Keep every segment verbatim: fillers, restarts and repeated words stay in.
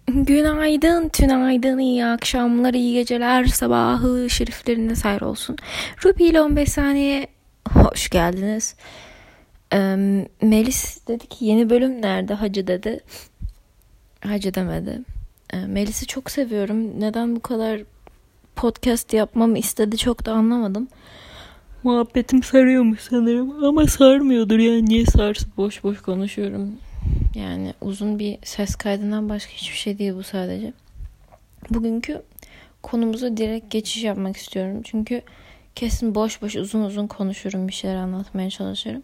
Günaydın, tünaydın, iyi akşamlar, iyi geceler, sabahı şeriflerine sayr olsun. Ruby ile on beş saniye hoş geldiniz. Ee, Melis dedi ki yeni bölüm nerede? Hacı dedi. Hacı demedi. Ee, Melis'i çok seviyorum. Neden bu kadar podcast yapmamı istedi çok da anlamadım. Muhabbetim sarıyormuş sanırım ama sarmıyordur yani, niye sarsın, boş boş konuşuyorum. Yani uzun bir ses kaydından başka hiçbir şey değil bu sadece. Bugünkü konumuza direkt geçiş yapmak istiyorum. Çünkü kesin boş boş uzun uzun konuşurum, bir şeyler anlatmaya çalışırım.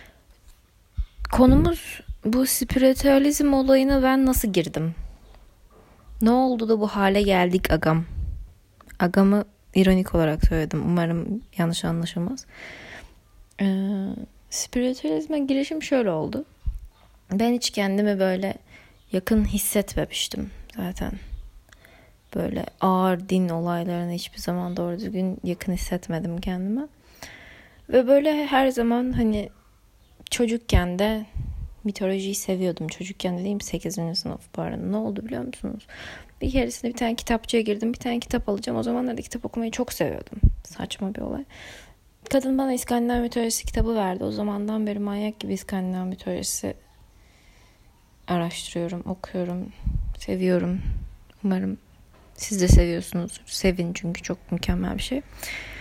Konumuz bu spiritüalizm olayına ben nasıl girdim? Ne oldu da bu hale geldik agam? Agamı ironik olarak söyledim. Umarım yanlış anlaşılmaz. Ee, spiritüalizme girişim şöyle oldu. Ben hiç kendimi böyle yakın hissetmemiştim zaten. Böyle ağır din olaylarına hiçbir zaman doğru düzgün yakın hissetmedim kendime. Ve böyle her zaman hani çocukken de mitolojiyi seviyordum. Çocukken de değil, sekizinci sınıf bu arada. Ne oldu biliyor musunuz? Bir keresinde bir tane kitapçıya girdim. Bir tane kitap alacağım. O zamanlarda kitap okumayı çok seviyordum. Saçma bir olay. Kadın bana İskandinav mitolojisi kitabı verdi. O zamandan beri manyak gibi İskandinav mitolojisi araştırıyorum, okuyorum, seviyorum. Umarım siz de seviyorsunuz. Sevin, çünkü çok mükemmel bir şey.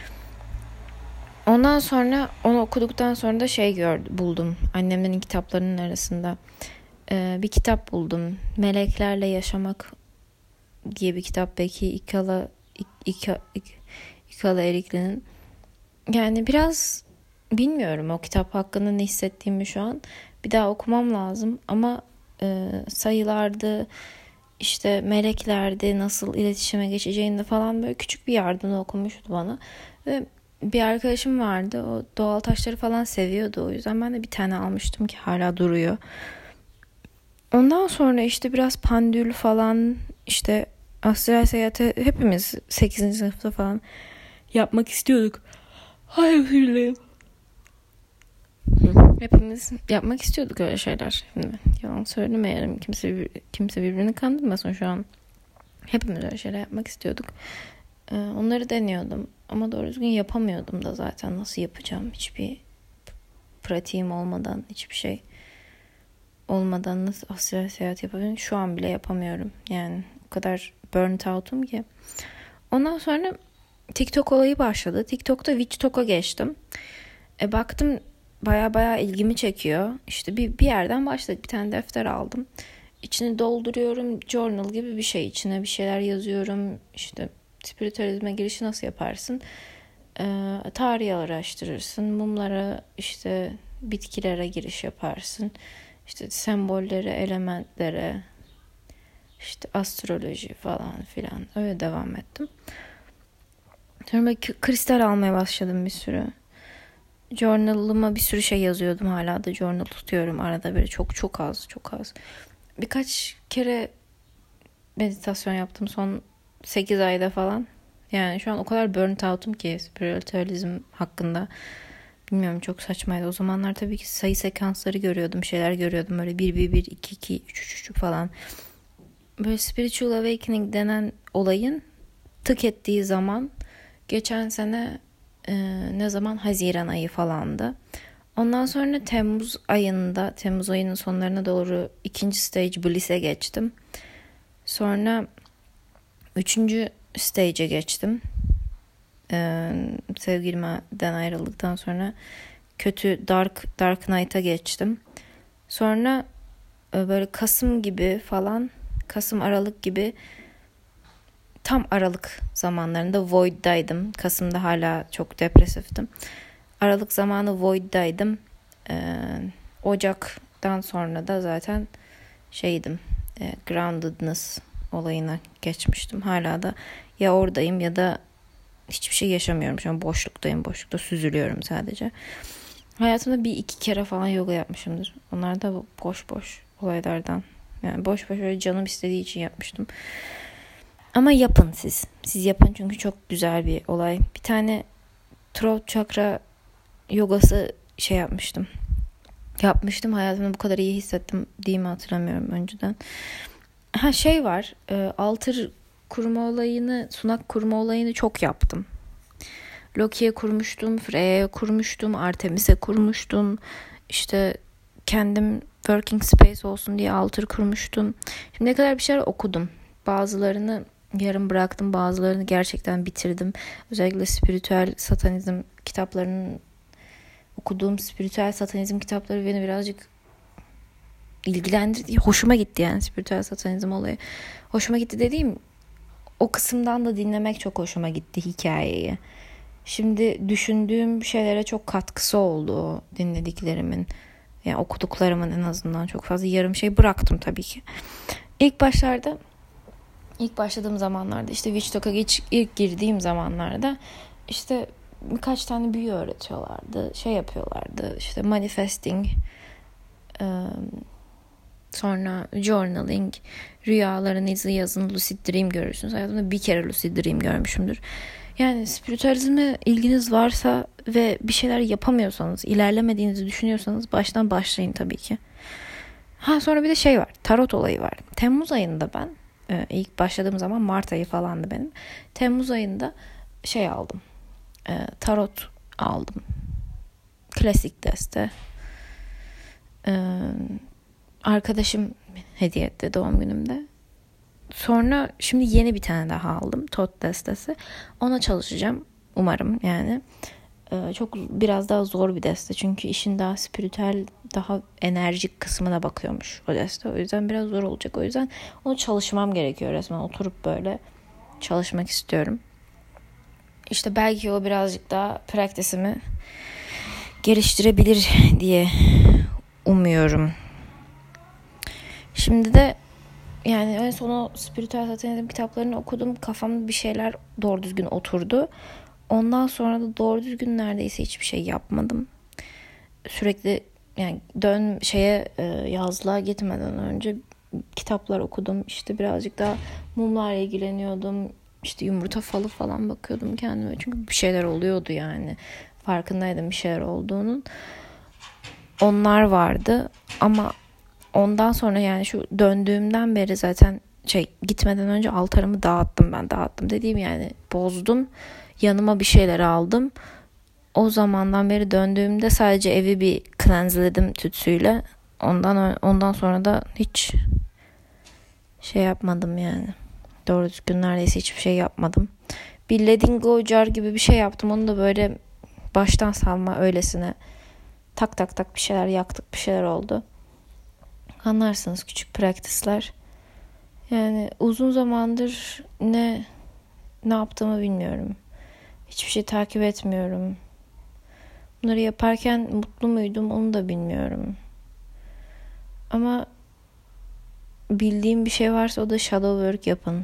Ondan sonra onu okuduktan sonra da şey gördüm, buldum. Annemlerin kitaplarının arasında ee, bir kitap buldum. Meleklerle Yaşamak diye bir kitap. Belki İkala İka, İkala Erikli'nin. Yani biraz bilmiyorum o kitap hakkında ne hissettiğimi şu an. Bir daha okumam lazım ama e, sayılardı, işte meleklerdi, nasıl iletişime geçeceğini falan böyle küçük bir yardımda okumuştu bana. Ve bir arkadaşım vardı, o doğal taşları falan seviyordu, o yüzden ben de bir tane almıştım ki hala duruyor. Ondan sonra işte biraz pandül falan, işte astral seyahati hepimiz sekizinci sınıfta falan yapmak istiyorduk. Hayır, özür dilerim. Hepimiz yapmak istiyorduk öyle şeyler. Şimdi yalan söylemeyelim. Kimse kimse birbirini kandırmasın şu an. Hepimiz öyle şeyler yapmak istiyorduk. Ee, onları deniyordum. Ama doğru düzgün yapamıyordum da zaten. Nasıl yapacağım? Hiçbir pratiğim olmadan, hiçbir şey olmadan nasıl astral seyahat yapabilirim? Şu an bile yapamıyorum. Yani o kadar burnt out'um ki. Ondan sonra TikTok olayı başladı. TikTok'ta Witch Talk'a geçtim. E baktım baya baya ilgimi çekiyor. İşte bir, bir yerden başladık. Bir tane defter aldım. İçini dolduruyorum. Journal gibi bir şey. İçine bir şeyler yazıyorum. İşte spiritüalizme girişi nasıl yaparsın? Ee, tarihi araştırırsın. Mumlara, işte bitkilere giriş yaparsın. İşte sembollere, elementlere, işte astroloji falan filan. Öyle devam ettim. Sonra kristal almaya başladım bir sürü. Journal'ıma bir sürü şey yazıyordum. Hala da journal tutuyorum arada bir. Çok çok az, çok az. Birkaç kere meditasyon yaptım son sekiz ayda falan. Yani şu an o kadar burnt out'um ki spiritüalizm hakkında. Bilmiyorum, çok saçmaydı. O zamanlar tabii ki sayı sekansları görüyordum. Şeyler görüyordum. Böyle bir, bir, bir, iki, iki, üç, üç, üç falan. Böyle spiritual awakening denen olayın tık ettiği zaman geçen sene e, ne zaman? Haziran ayı falandı. Ondan sonra Temmuz ayında, Temmuz ayının sonlarına doğru ikinci stage Bliss'e geçtim. Sonra üçüncü stage'e geçtim. Ee, sevgilimden ayrıldıktan sonra kötü Dark Dark Knight'a geçtim. Sonra böyle Kasım gibi falan, Kasım Aralık gibi, tam Aralık zamanlarında Void'daydım. Kasım'da hala çok depresiftim. Aralık zamanı Void'daydım. Ee, Ocak'tan sonra da zaten şeydim, e, groundedness olayına geçmiştim. Hala da ya oradayım ya da hiçbir şey yaşamıyorum. Şu an boşluktayım. Boşlukta süzülüyorum sadece. Hayatımda bir iki kere falan yoga yapmışımdır. Onlar da boş boş olaylardan. Yani boş boş öyle canım istediği için yapmıştım. Ama yapın siz. Siz yapın çünkü çok güzel bir olay. Bir tane throat chakra yogası şey yapmıştım. Yapmıştım. Hayatımda bu kadar iyi hissettim diye mi hatırlamıyorum önceden. Ha şey var. E, altır kurma olayını, sunak kurma olayını çok yaptım. Loki'ye kurmuştum, Freya'ya kurmuştum, Artemis'e kurmuştum. İşte kendim working space olsun diye altır kurmuştum. Şimdi ne kadar bir şeyler okudum. Bazılarını yarım bıraktım, bazılarını gerçekten bitirdim. Özellikle spiritüel satanizm kitaplarının okuduğum spiritüel satanizm kitapları beni birazcık ilgilendirdi. Hoşuma gitti yani spiritüel satanizm olayı. Hoşuma gitti dediğim, o kısımdan da dinlemek çok hoşuma gitti hikayeyi. Şimdi düşündüğüm şeylere çok katkısı oldu o dinlediklerimin. Yani okuduklarımın en azından çok fazla yarım şey bıraktım tabii ki. İlk başlarda, ilk başladığım zamanlarda işte Witch geç ilk girdiğim zamanlarda işte birkaç tane büyü öğretiyorlardı. Şey yapıyorlardı işte manifesting, sonra journaling, rüyalarınızı yazın, lucid dream görürsünüz. Hayatımda bir kere lucid dream görmüşümdür. Yani spiritüalizme ilginiz varsa ve bir şeyler yapamıyorsanız, ilerlemediğinizi düşünüyorsanız baştan başlayın tabii ki. Ha sonra bir de şey var, tarot olayı var. Temmuz ayında ben e, ilk başladığım zaman Mart ayı falandı benim. Temmuz ayında şey aldım. E, tarot aldım. Klasik deste. E, arkadaşım hediye etti doğum günümde. Sonra şimdi yeni bir tane daha aldım. Tot destesi. Ona çalışacağım. Umarım yani. Ee, çok biraz daha zor bir deste. Çünkü işin daha spiritüel, daha enerjik kısmına bakıyormuş o deste. O yüzden biraz zor olacak. O yüzden onu çalışmam gerekiyor resmen. Oturup böyle çalışmak istiyorum. İşte belki o birazcık daha praktisimi geliştirebilir diye umuyorum. Şimdi de yani en son o spiritüel satanizm kitaplarını okudum. Kafamda bir şeyler doğru düzgün oturdu. Ondan sonra da doğru düzgün neredeyse hiçbir şey yapmadım. Sürekli yani dön şeye yazlığa gitmeden önce kitaplar okudum. İşte birazcık daha mumlarla ilgileniyordum. İşte yumurta falı falan bakıyordum kendime. Çünkü bir şeyler oluyordu yani. Farkındaydım bir şeyler olduğunun. Onlar vardı ama ondan sonra yani şu döndüğümden beri zaten şey gitmeden önce altarımı dağıttım ben dağıttım dediğim yani bozdum, yanıma bir şeyler aldım. O zamandan beri döndüğümde sadece evi bir cleanseledim tütsüyle. Ondan ondan sonra da hiç şey yapmadım yani. Doğru düzgün neredeyse hiçbir şey yapmadım. Bir letting go jar gibi bir şey yaptım. Onu da böyle baştan salma öylesine tak tak tak bir şeyler yaktık, bir şeyler oldu. Anlarsınız, küçük praktisler. Yani uzun zamandır ne ne yaptığımı bilmiyorum. Hiçbir şey takip etmiyorum. Bunları yaparken mutlu muydum onu da bilmiyorum. Ama bildiğim bir şey varsa o da shadow work yapın.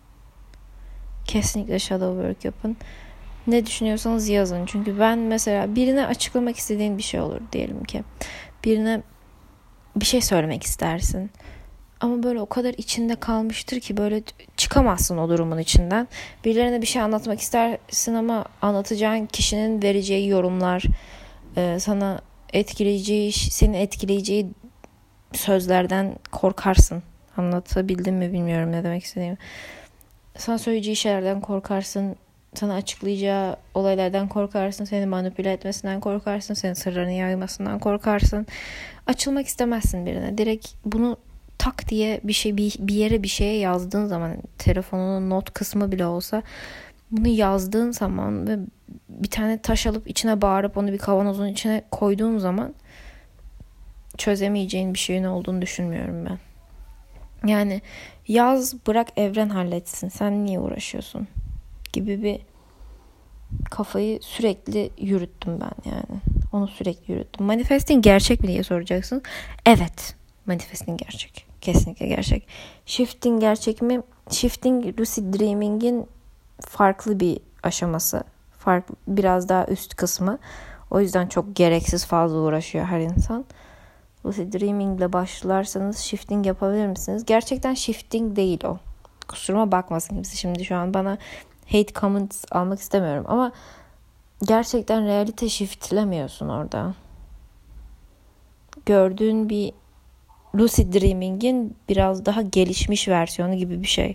Kesinlikle shadow work yapın. Ne düşünüyorsanız yazın. Çünkü ben mesela birine açıklamak istediğin bir şey olur diyelim ki. Birine bir şey söylemek istersin. Ama böyle o kadar içinde kalmıştır ki böyle çıkamazsın o durumun içinden. Birilerine bir şey anlatmak istersin ama anlatacağın kişinin vereceği yorumlar, sana etkileyeceği, seni etkileyeceği sözlerden korkarsın. Anlatabildim mi bilmiyorum ne demek istediğimi. Sana söyleyeceği şeylerden korkarsın. Sana açıklayacağı olaylardan korkarsın. Seni manipüle etmesinden korkarsın. Senin sırlarını yaymasından korkarsın. Açılmak istemezsin birine. Direkt bunu tak diye bir şey bir, bir yere bir şeye yazdığın zaman, telefonunun not kısmı bile olsa bunu yazdığın zaman ve bir tane taş alıp içine bağırıp onu bir kavanozun içine koyduğun zaman çözemeyeceğin bir şeyin olduğunu düşünmüyorum ben. Yani yaz, bırak evren halletsin. Sen niye uğraşıyorsun? Gibi bir kafayı sürekli yürüttüm ben yani. Onu sürekli yürüttüm. Manifesting gerçek mi diye soracaksın. Evet. Manifesting gerçek. Kesinlikle gerçek. Shifting gerçek mi? Shifting lucid dreaming'in farklı bir aşaması. Farklı, biraz daha üst kısmı. O yüzden çok gereksiz fazla uğraşıyor her insan. Lucid dreaming ile başlarsanız shifting yapabilir misiniz? Gerçekten shifting değil o. Kusuruma bakmasın kimse şimdi şu an bana hate comments almak istemiyorum ama gerçekten realite shiftlemiyorsun orada. Gördüğün bir lucid dreaming'in biraz daha gelişmiş versiyonu gibi bir şey.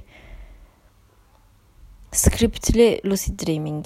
Scriptli lucid dreaming.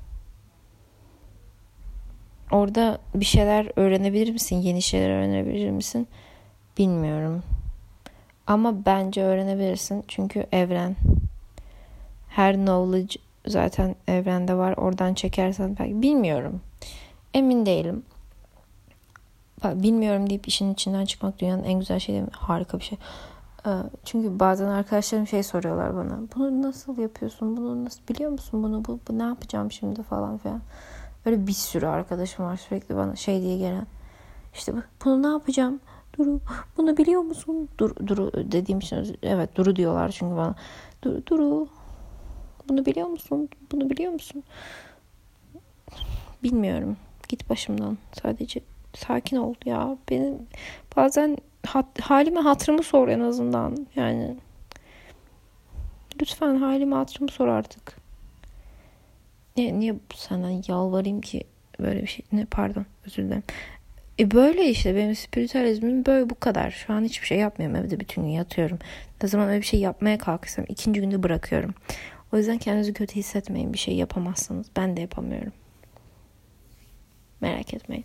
Orada bir şeyler öğrenebilir misin? Yeni şeyler öğrenebilir misin? Bilmiyorum. Ama bence öğrenebilirsin. Çünkü evren. Her knowledge zaten evrende var. Oradan çekersen belki. Bilmiyorum. Emin değilim. Bilmiyorum deyip işin içinden çıkmak dünyanın en güzel şey değil mi? Harika bir şey. Çünkü bazen arkadaşlarım şey soruyorlar bana. Bunu nasıl yapıyorsun? Bunu nasıl biliyor musun? Bunu bu, bu ne yapacağım şimdi falan filan. Böyle bir sürü arkadaşım var sürekli bana şey diye gelen. İşte bunu ne yapacağım? Duru bunu biliyor musun? Dur, Duru dediğim için evet Duru diyorlar çünkü bana. Duru, Duru bunu biliyor musun? Bunu biliyor musun? Bilmiyorum. Git başımdan. Sadece sakin ol ya. Benim bazen hat, halime hatırımı sor en azından. Yani lütfen halime hatırımı sor artık. Niye, niye senden yalvarayım ki böyle bir şey? Ne pardon özür dilerim. E böyle işte benim spiritüalizmim böyle bu kadar. Şu an hiçbir şey yapmıyorum. Evde bütün gün yatıyorum. Ne zaman öyle bir şey yapmaya kalksam ikinci günde bırakıyorum. O yüzden kendinizi kötü hissetmeyin. Bir şey yapamazsınız. Ben de yapamıyorum. Merak etmeyin.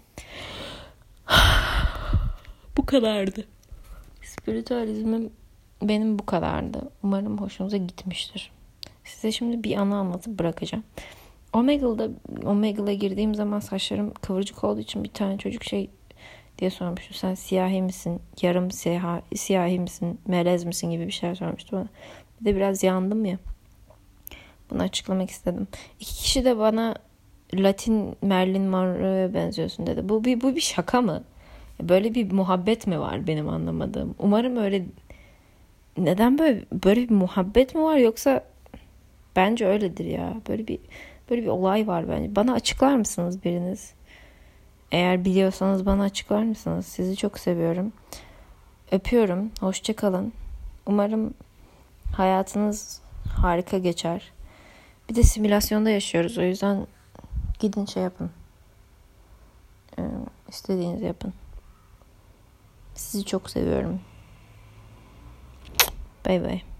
Bu kadardı. Spiritüalizmim benim bu kadardı. Umarım hoşunuza gitmiştir. Size şimdi bir anı anlatıp bırakacağım. Omegle'da Omegle'a girdiğim zaman saçlarım kıvırcık olduğu için bir tane çocuk şey diye sormuştu. Sen siyahi misin? Yarım siyahi, siyahi misin? Melez misin gibi bir şey sormuştu bana. Bir de biraz yandım ya. Bunu açıklamak istedim. İki kişi de bana Latin Marilyn Monroe'ya benziyorsun dedi. Bu bir, bu bir şaka mı? Böyle bir muhabbet mi var benim anlamadığım? Umarım öyle. Neden böyle böyle bir muhabbet mi var yoksa bence öyledir ya. Böyle bir böyle bir olay var bence. Bana açıklar mısınız biriniz? Eğer biliyorsanız bana açıklar mısınız? Sizi çok seviyorum. Öpüyorum. Hoşça kalın. Umarım hayatınız harika geçer. Bir de simülasyonda yaşıyoruz. O yüzden gidin şey yapın. Ee, istediğinizi yapın. Sizi çok seviyorum. Bay bay.